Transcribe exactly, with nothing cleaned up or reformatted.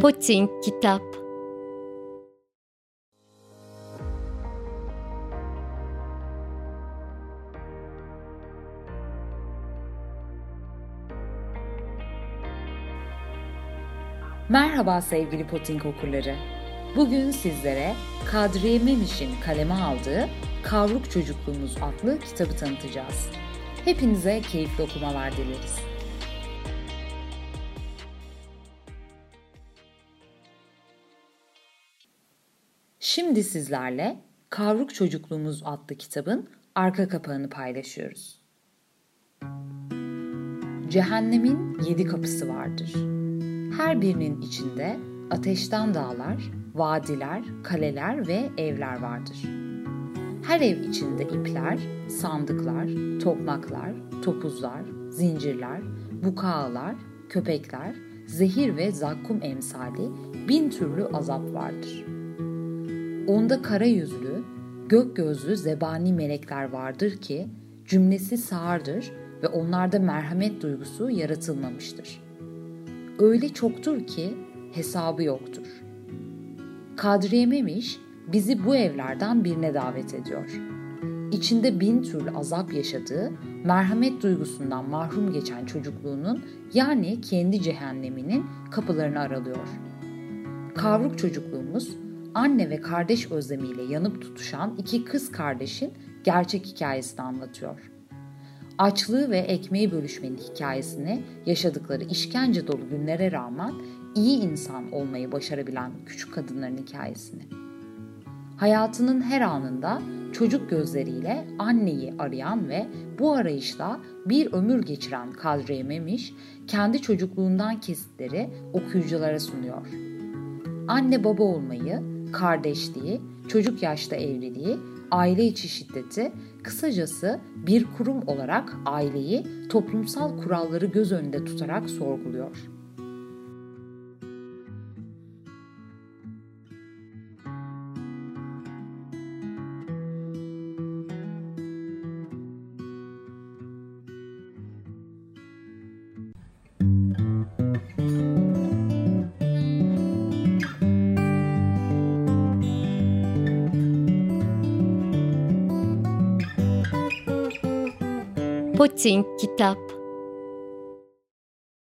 Poting Kitap. Merhaba sevgili Poting okurları. Bugün sizlere Kadriye Memiş'in kaleme aldığı Kavruk Çocukluğumuz adlı kitabı tanıtacağız. Hepinize keyifli okumalar dileriz. Şimdi sizlerle Kavruk Çocukluğumuz adlı kitabın arka kapağını paylaşıyoruz. Cehennemin yedi kapısı vardır. Her birinin içinde ateşten dağlar, vadiler, kaleler ve evler vardır. Her ev içinde ipler, sandıklar, tokmaklar, topuzlar, zincirler, bukağılar, köpekler, zehir ve zakkum emsali bin türlü azap vardır. Onda kara yüzlü, gök gözlü zebani melekler vardır ki cümlesi sağırdır ve onlarda merhamet duygusu yaratılmamıştır. Öyle çoktur ki hesabı yoktur. Kadriye Memiş bizi bu evlerden birine davet ediyor. İçinde bin türlü azap yaşadığı, merhamet duygusundan mahrum geçen çocukluğunun yani kendi cehenneminin kapılarını aralıyor. Kavruk çocukluğumuz, anne ve kardeş özlemiyle yanıp tutuşan iki kız kardeşin gerçek hikayesini anlatıyor. Açlığı ve ekmeği bölüşmenin hikayesini yaşadıkları işkence dolu günlere rağmen iyi insan olmayı başarabilen küçük kadınların hikayesini. Hayatının her anında çocuk gözleriyle anneyi arayan ve bu arayışla bir ömür geçiren Kadriye Memiş, kendi çocukluğundan kesitleri okuyuculara sunuyor. Anne baba olmayı, kardeşliği, çocuk yaşta evliliği, aile içi şiddeti, kısacası bir kurum olarak aileyi toplumsal kuralları göz önünde tutarak sorguluyor. Poting Kitap.